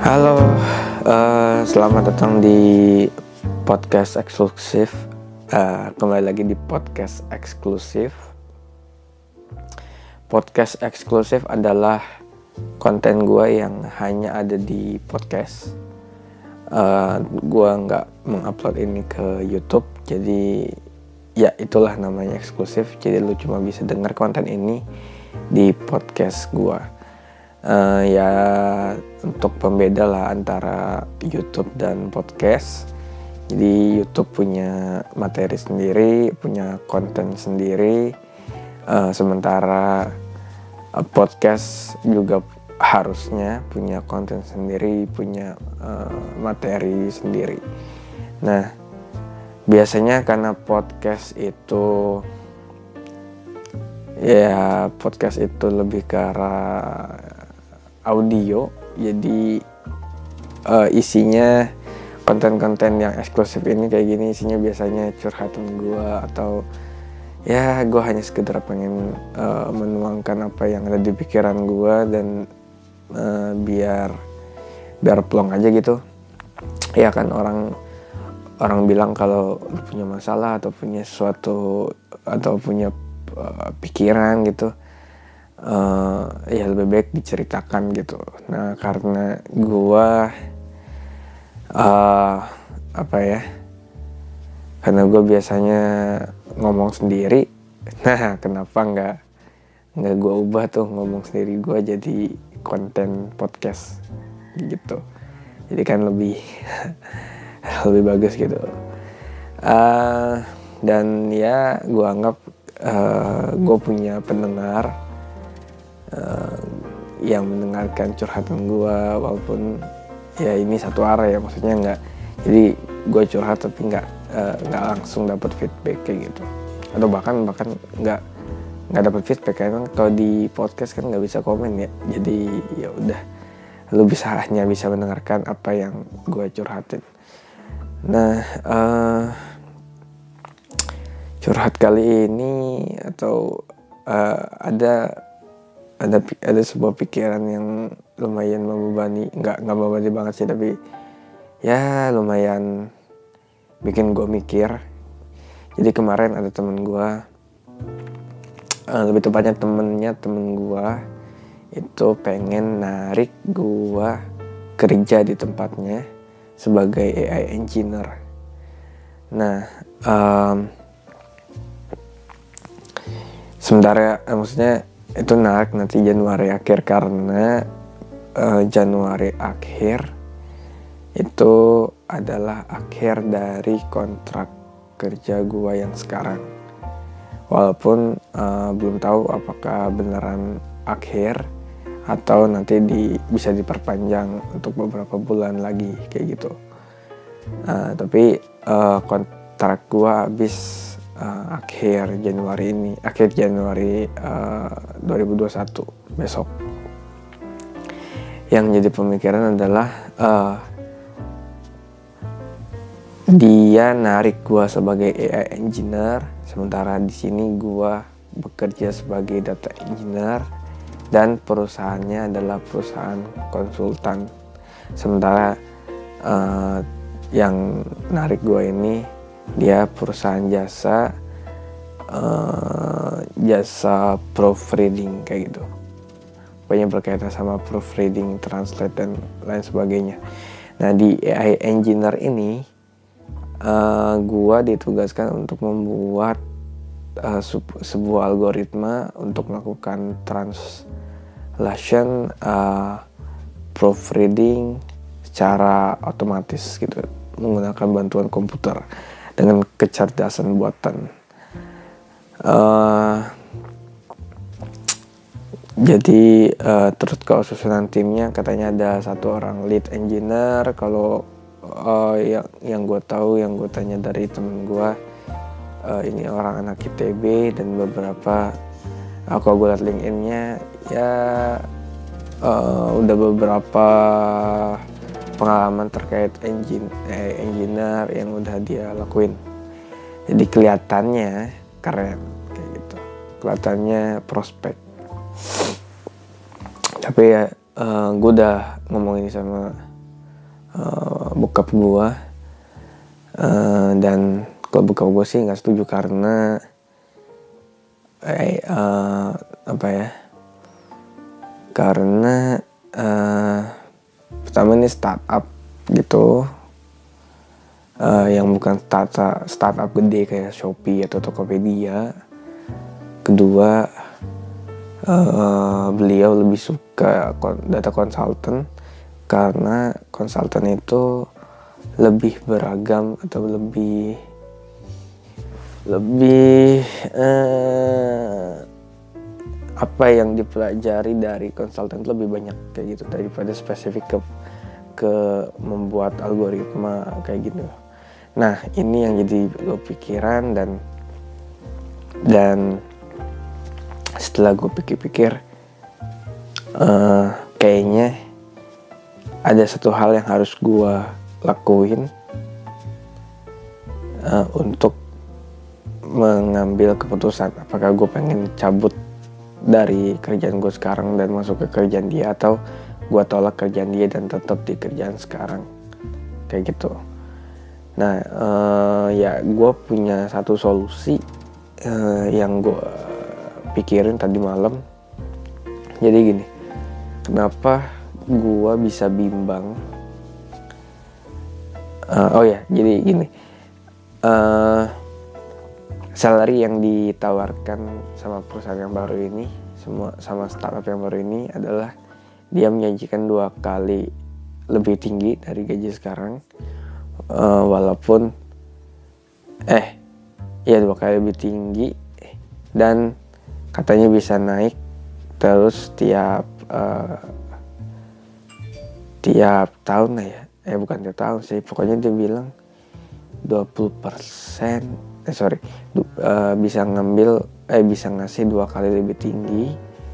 Halo, selamat datang di podcast eksklusif. Kembali lagi di podcast eksklusif. Podcast eksklusif adalah konten gue yang hanya ada di podcast. Gue nggak mengupload ini ke YouTube, jadi ya itulah namanya eksklusif. Jadi lu cuma bisa dengar konten ini di podcast gue. Ya untuk pembeda lah antara YouTube dan podcast. Jadi YouTube punya materi sendiri, punya konten sendiri, sementara podcast juga harusnya punya konten sendiri, punya materi sendiri. Nah, biasanya karena podcast itu lebih ke arah audio, jadi isinya konten-konten yang eksklusif ini kayak gini isinya biasanya curhatan gue, atau ya gue hanya sekedar pengen menuangkan apa yang ada di pikiran gue dan biar plong aja gitu. Ya kan orang bilang kalau lu punya masalah atau punya sesuatu atau punya pikiran gitu, ya lebih baik diceritakan gitu. Nah, karena gua karena gue biasanya ngomong sendiri, nah kenapa nggak gue ubah tuh ngomong sendiri gue jadi konten podcast gitu. Jadi kan lebih lebih bagus gitu. Dan ya gue anggap gue punya pendengar yang mendengarkan curhatan gue, walaupun ya ini satu arah ya, maksudnya nggak jadi gue curhat tapi nggak langsung dapat feedback kayak gitu, atau bahkan nggak dapat feedback karena kalau di podcast kan nggak bisa komen ya. Jadi ya udah, lu hanya bisa mendengarkan apa yang gue curhatin. Nah, curhat kali ini atau ada sebuah pikiran yang lumayan membebani, nggak membebani banget sih, tapi ya lumayan bikin gue mikir. Jadi kemarin ada temen gue, lebih tepatnya temen gue itu pengen narik gue kerja di tempatnya sebagai AI engineer. Nah, sementara maksudnya itu narik nanti Januari akhir, karena Januari akhir itu adalah akhir dari kontrak kerja gua yang sekarang. Walaupun belum tahu apakah beneran akhir atau nanti bisa diperpanjang untuk beberapa bulan lagi kayak gitu. Tapi kontrak gua habis akhir Januari 2021 besok. Yang jadi pemikiran adalah dia narik gua sebagai AI engineer, sementara di sini gua bekerja sebagai data engineer dan perusahaannya adalah perusahaan konsultan. Sementara yang narik gua ini dia perusahaan jasa proofreading kayak gitu. Pokoknya berkaitan sama proofreading, translate dan lain sebagainya. Nah, di AI engineer ini gua ditugaskan untuk membuat sebuah algoritma untuk melakukan translation, proofreading secara otomatis gitu, menggunakan bantuan komputer dengan kecerdasan buatan. Jadi terus kalau susunan timnya katanya ada satu orang lead engineer. Kalau yang gue tahu, yang gue tanya dari temen gue, ini orang anak ITB, dan beberapa kalau gue liat LinkedIn-nya ya udah beberapa pengalaman terkait engineer yang udah dia lakuin. Jadi kelihatannya keren kayak gitu, kelihatannya prospek. Tapi ya gue udah ngomong ini sama bokap gue. Dan kalau bokap gue sih nggak setuju karena karena pertama ini startup gitu, yang bukan startup gede kayak Shopee atau Tokopedia. Kedua, beliau lebih suka data consultant karena konsultan itu lebih beragam atau lebih apa yang dipelajari dari konsultan itu lebih banyak kayak gitu daripada spesifik ke membuat algoritma kayak gitu. Nah, ini yang jadi gue pikiran, dan setelah gue pikir-pikir, kayaknya ada satu hal yang harus gue lakuin untuk mengambil keputusan apakah gue pengen cabut dari kerjaan gue sekarang dan masuk ke kerjaan dia, atau gue tolak kerjaan dia dan tetap di kerjaan sekarang kayak gitu. Nah, ya gue punya satu solusi yang gue pikirin tadi malam. Jadi gini, kenapa gue bisa bimbang? Jadi gini, salary yang ditawarkan sama perusahaan yang baru ini, sama startup yang baru ini adalah dia menjanjikan 2 kali lebih tinggi dari gaji sekarang, walaupun 2 kali lebih tinggi, dan katanya bisa naik terus tiap tahun lah ya. Bukan tiap tahun sih, pokoknya dia bilang 20%. Bisa ngasih 2 kali lebih tinggi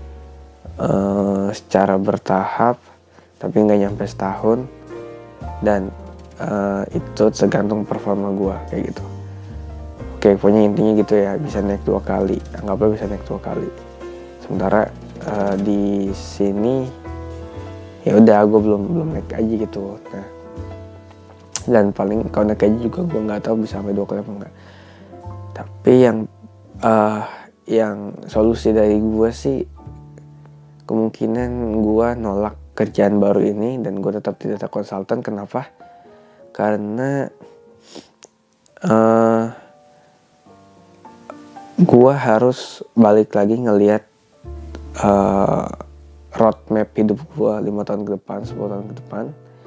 secara bertahap, tapi nggak nyampe setahun, dan itu tergantung performa gue kayak gitu. Oke, pokoknya intinya gitu ya, bisa naik 2 kali, anggaplah bisa naik 2 kali. Sementara di sini ya udah gue belum naik gaji gitu. Nah, dan paling kalau naik gaji juga gue nggak tahu bisa sampai 2 kali apa enggak. Tapi yang solusi dari gue sih, kemungkinan gue nolak kerjaan baru ini dan gue tetap di data konsultan. Kenapa? Karena gue harus balik lagi ngelihat roadmap hidup gue 5 tahun ke depan, 10 tahun ke depan,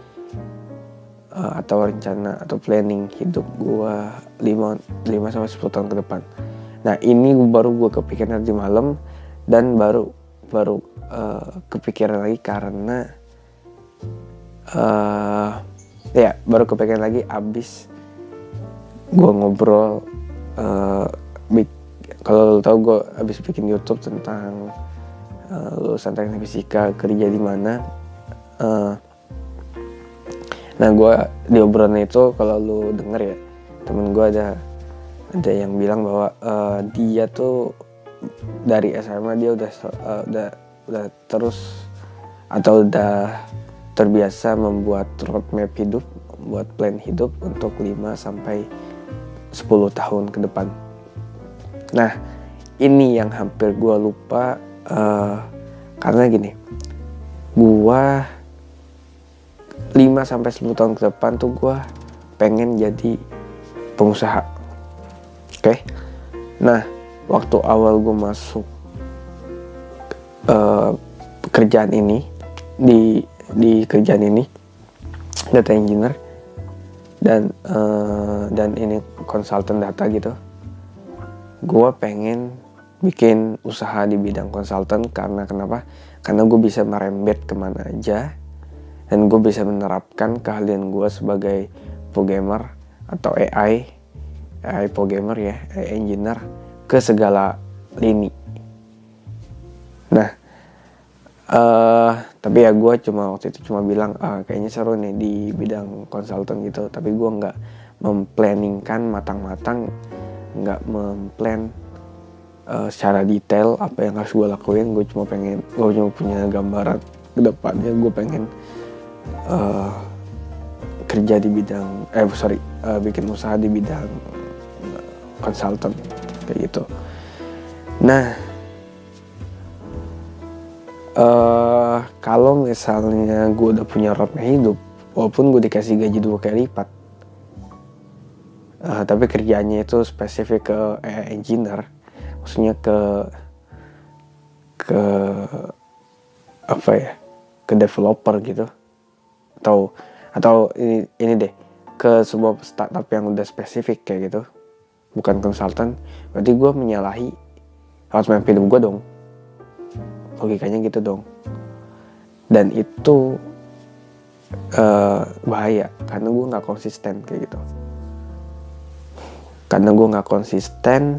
atau rencana atau planning hidup gue 5 sampai 10 tahun ke depan. Nah, ini baru gue kepikiran tadi malam, dan baru kepikiran lagi karena baru kepikiran lagi abis gue ngobrol. Kalau lo tau, gue abis bikin YouTube tentang lulusan teknik fisika kerja di mana. Nah, gue di obrolan itu, kalau lu denger ya, temen gue ada yang bilang bahwa dia tuh dari SMA dia udah terus atau udah terbiasa membuat roadmap hidup, buat plan hidup untuk 5 sampai 10 tahun ke depan. Nah, ini yang hampir gue lupa, karena gini, gue 5 sampai 10 tahun ke depan tuh gue pengen jadi pengusaha. Oke? Nah, waktu awal gue masuk pekerjaan ini, di kerjaan ini data engineer, dan ini konsultan data gitu, gue pengen bikin usaha di bidang konsultan. Karena kenapa? Karena gue bisa merembet kemana aja, dan gue bisa menerapkan keahlian gue sebagai programmer atau AI programmer ya, AI engineer ke segala lini. Nah, tapi ya gue waktu itu cuma bilang kayaknya seru nih di bidang konsultan gitu, tapi gue nggak memplanningkan matang-matang, nggak memplan secara detail apa yang harus gue lakuin. Gue cuma punya gambaran ke depannya. Gue pengen kerja di bidang bikin usaha di bidang konsultan kayak gitu. Nah, kalau misalnya gue udah punya roadmap hidup, walaupun gue dikasih gaji 2 kali lipat, tapi kerjanya itu spesifik ke engineer, maksudnya ke apa ya, ke developer gitu, atau ini deh, ke sebuah startup yang udah spesifik kayak gitu, bukan konsultan, berarti gue menyalahi roadmap hidup gue dong, logikanya gitu dong. Dan itu bahaya karena gue nggak konsisten kayak gitu. Karena gue nggak konsisten,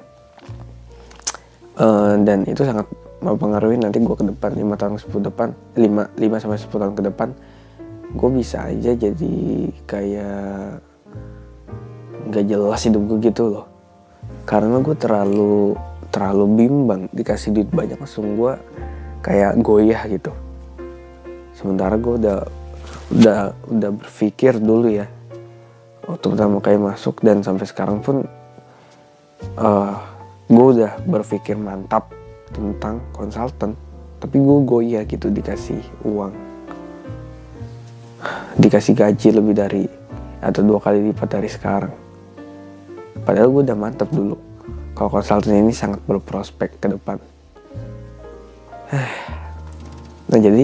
dan itu sangat mempengaruhi nanti gue ke depan 5 sampai 10 tahun ke depan. Gue bisa aja jadi kayak nggak jelas hidup gue gitu loh, karena gue terlalu bimbang. Dikasih duit banyak langsung gue kayak goyah gitu. Sementara gue udah berpikir dulu ya, waktu pertama kali masuk dan sampai sekarang pun gue udah berpikir mantap tentang konsultan, tapi gue goyah gitu dikasih uang, dikasih gaji lebih dari atau 2 kali lipat dari sekarang. Padahal gue udah mantap dulu kalau konsultan ini sangat berprospek ke depan. Nah jadi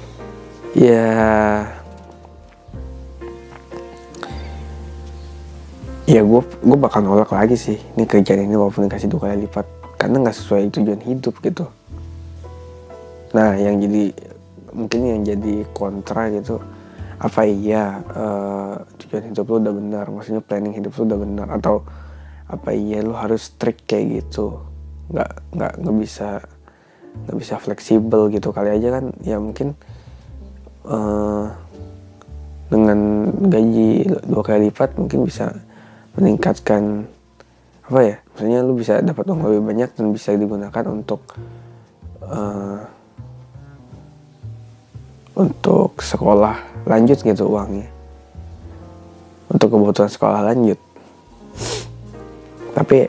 ya gue bakal nolak lagi sih ini kerjaan ini walaupun dikasih 2 kali lipat, karena nggak sesuai tujuan hidup gitu. Nah mungkin yang jadi kontra gitu, apa iya tujuan hidup lu udah benar, maksudnya planning hidup lu udah benar, atau apa iya lu harus strict kayak gitu, nggak bisa fleksibel gitu. Kali aja kan ya mungkin dengan gaji 2 kali lipat mungkin bisa meningkatkan apa ya, maksudnya lu bisa dapat uang lebih banyak dan bisa digunakan untuk sekolah lanjut gitu uangnya, untuk kebutuhan sekolah lanjut. Tapi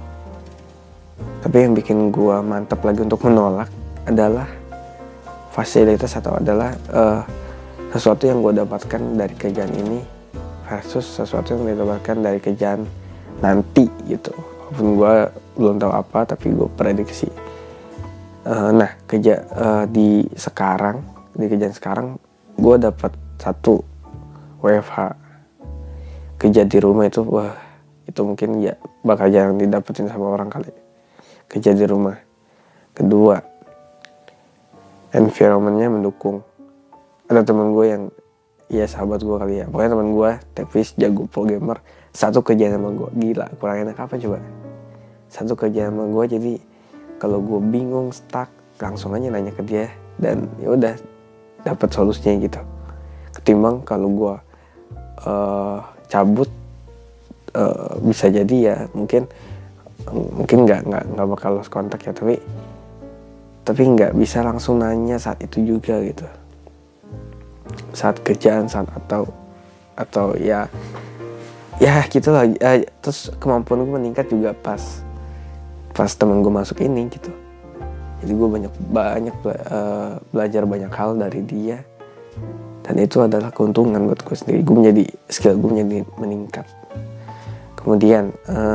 yang bikin gua mantap lagi untuk menolak adalah fasilitas atau adalah sesuatu yang gua dapatkan dari kerjaan ini versus sesuatu yang didapatkan dari kerjaan nanti gitu. Walaupun gue belum tahu apa, tapi gue prediksi. Nah di kerjaan sekarang gue dapat 1 WFH, kerja di rumah. Itu mungkin ya bakal jarang didapetin sama orang kali, kerja di rumah. Kedua, environmentnya mendukung. Ada teman gue yang sahabat gue kali ya, pokoknya teman gue Tevis jago pro gamer, satu kerjaan sama gue. Gila, kurang enak apa coba, satu kerjaan sama gue. Jadi kalau gue bingung stuck langsung aja nanya ke dia dan ya udah dapat solusinya gitu. Ketimbang kalau gue cabut, bisa jadi ya mungkin nggak bakal lost kontak ya, tapi nggak bisa langsung nanya saat itu juga gitu, saat kerjaan, atau ya gitulah. Terus kemampuan gue meningkat juga pas temen gue masuk ini gitu. Jadi gue banyak belajar banyak hal dari dia, dan itu adalah keuntungan buat gue sendiri. Skill gue menjadi meningkat. Kemudian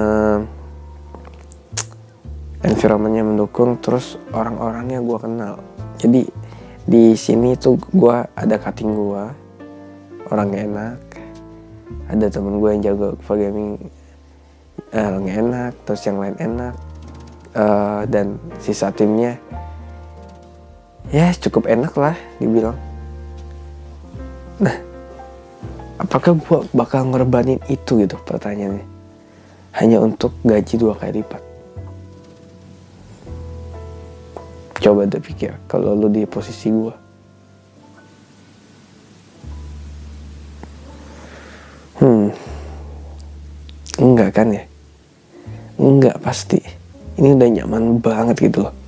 environmentnya mendukung, terus orang-orangnya gue kenal. Jadi di sini tuh gue ada cutting gue, orangnya enak. Ada temen gue yang jago gaming, orangnya enak. Terus yang lain enak, dan sisa timnya ya cukup enak lah dibilang. Nah, apakah gue bakal ngorbanin itu gitu pertanyaannya, hanya untuk gaji 2 kali lipat? Coba deh pikir kalau lu di posisi gue. Enggak kan ya? Enggak pasti. Ini udah nyaman banget gitu loh.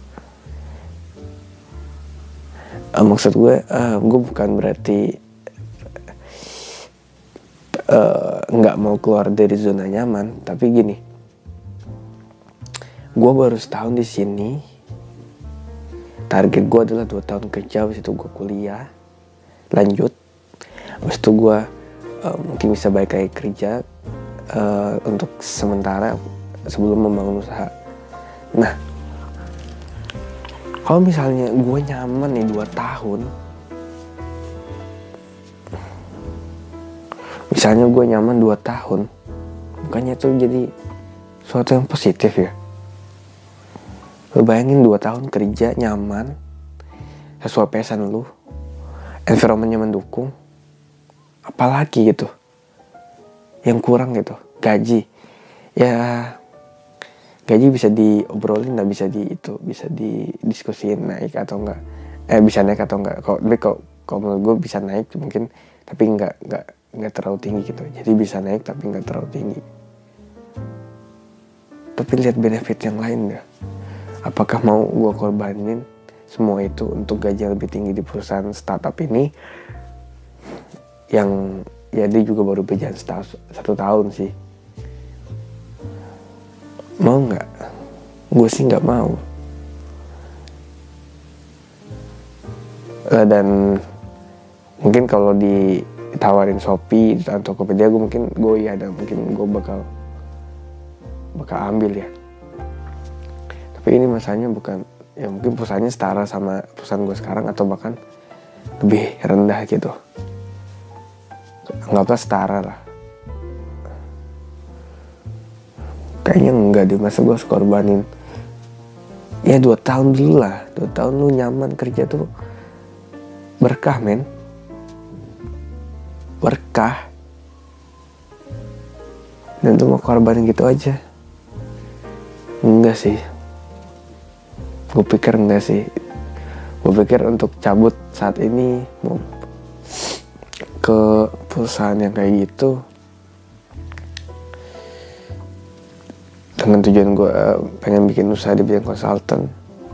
Maksud gue bukan berarti nggak mau keluar dari zona nyaman. Tapi gini, gue baru setahun di sini. Target gue adalah 2 tahun kerja, habis itu gue kuliah lanjut, habis itu gue mungkin bisa balik lagi kerja untuk sementara sebelum membangun usaha. Nah, kalau misalnya gue nyaman nih 2 tahun, misalnya gue nyaman 2 tahun, bukannya itu jadi suatu yang positif ya? Lu bayangin 2 tahun kerja nyaman, sesuai passion lu, environmentnya mendukung, apalagi gitu yang kurang gitu. Gaji, ya gaji bisa diobrolin, nggak bisa bisa didiskusiin naik atau enggak, bisa naik atau enggak. Kalau menurut gue bisa naik mungkin, tapi nggak terlalu tinggi gitu. Jadi bisa naik tapi nggak terlalu tinggi. Tapi lihat benefit yang lain ya. Apakah mau gue korbanin semua itu untuk gaji lebih tinggi di perusahaan startup ini, yang ya dia juga baru berjalan 1 tahun sih? Mau nggak? Gue sih nggak mau. Dan mungkin kalau ditawarin Shopee atau Tokopedia, mungkin gue bakal ambil ya. Tapi ini masalahnya bukan, ya mungkin perusahaannya setara sama perusahaan gue sekarang atau bahkan lebih rendah gitu. Anggaplah setara lah. Kayaknya enggak deh, masa gue harus korbanin. Ya 2 tahun dulu lah. 2 tahun lu nyaman kerja tuh berkah, men. Berkah. Dan tuh mau korbanin gitu aja? Enggak sih. Gue pikir enggak sih. Gue pikir untuk cabut saat ini mau ke perusahaan yang kayak gitu dengan tujuan gue pengen bikin usaha di bidang konsultan,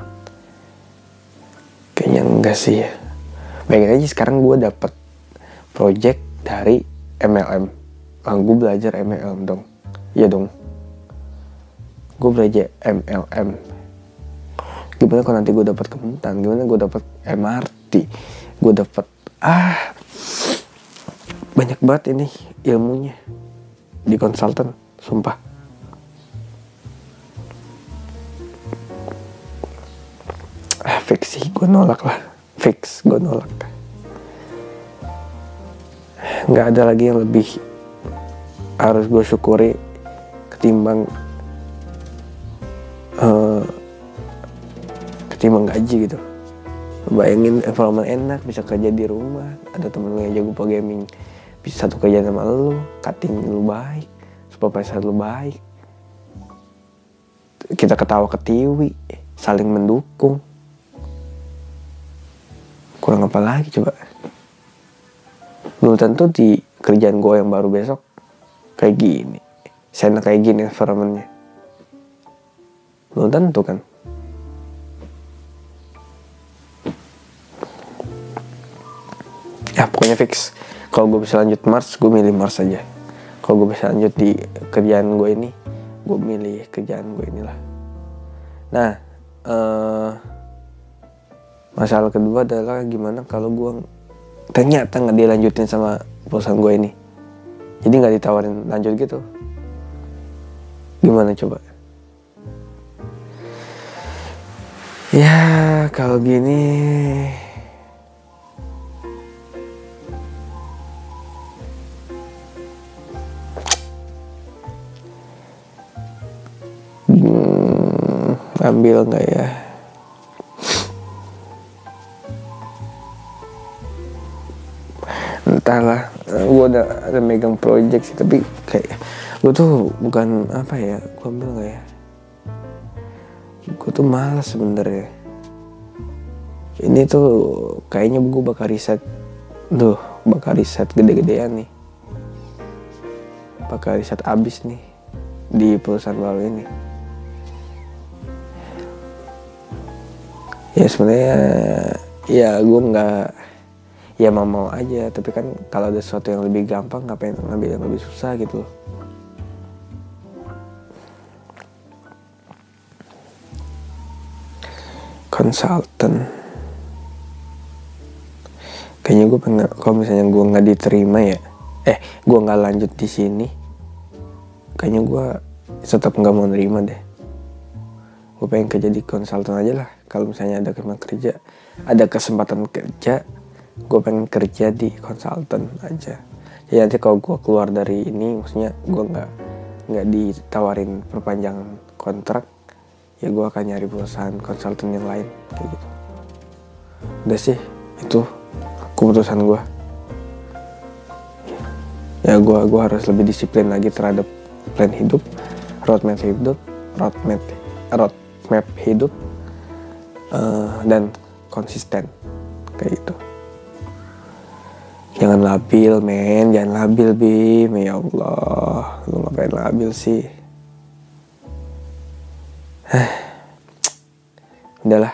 kayaknya enggak sih ya. Bayangin aja sekarang gue dapet project dari MLM. Gue belajar MLM dong. Iya dong, gue belajar MLM. Gimana kalau nanti gue dapat Kementan, gimana gue dapat MRT, gue dapat banyak banget ini ilmunya di konsultan, sumpah. Fix sih, gue nolak lah. Fix, gue nolak. Nggak ada lagi yang lebih harus gue syukuri ketimbang gaji gitu. Bayangin environment enak, bisa kerja di rumah, ada temen lu yang jago gaming, bisa satu kerja sama lu, cutting lu baik, supervisor lu baik, kita ketawa ketiwi, saling mendukung. Kurang apa lagi coba? Belum tentu di kerjaan gue yang baru besok kayak gini, sana kayak gini environmentnya. Belum tentu kan. Ya pokoknya fix, kalau gue bisa lanjut Mars, gue milih Mars aja. Kalau gue bisa lanjut di kerjaan gue ini, gue milih kerjaan gue inilah. Nah, masalah kedua adalah gimana kalau gue ternyata nggak dilanjutin sama perusahaan gue ini, jadi nggak ditawarin lanjut gitu. Gimana coba? Ya kalau gini, ambil nggak ya? Entahlah, gue ada megang project sih, tapi kayak gue tuh bukan apa ya, gue ambil nggak ya? Gue tuh malas sebenarnya. Ini tuh kayaknya gue bakal riset gede-gedean nih, bakal riset abis nih di perusahaan baru ini. Ya sebenarnya ya gue nggak, ya mau aja. Tapi kan kalau ada sesuatu yang lebih gampang, ngapain ngambil yang lebih susah gitu loh. Konsultan, kayaknya gue pengen, kalau misalnya gue nggak diterima ya, gue nggak lanjut di sini, kayaknya gue tetap nggak mau nerima deh. Gue pengen kerja di konsultan aja lah. Kalau misalnya ada kesempatan kerja, gue pengen kerja di konsultan aja. Jadi nanti kalau gue keluar dari ini, maksudnya gue nggak ditawarin perpanjangan kontrak, ya gue akan nyari perusahaan konsultan yang lain kayak gitu. Udah sih, itu keputusan gue. Ya gue harus lebih disiplin lagi terhadap plan hidup, roadmap hidup, dan konsisten kayak gitu. Jangan labil men, jangan labil Bim, ya Allah, lu ngapain labil sih? Udahlah,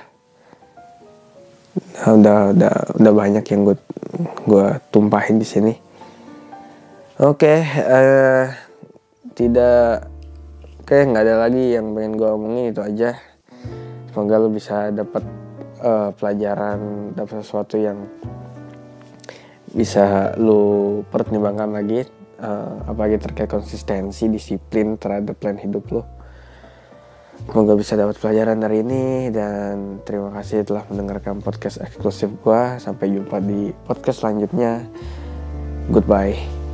udah banyak yang gue tumpahin di sini. Oke, kayak nggak ada lagi yang pengen gue omongin, itu aja. Semoga lu bisa dapat pelajaran, dapat sesuatu yang bisa lu pertimbangkan lagi, apalagi terkait konsistensi, disiplin terhadap plan hidup lu. Semoga bisa dapat pelajaran dari ini, dan terima kasih telah mendengarkan podcast eksklusif gua. Sampai jumpa di podcast selanjutnya. Goodbye.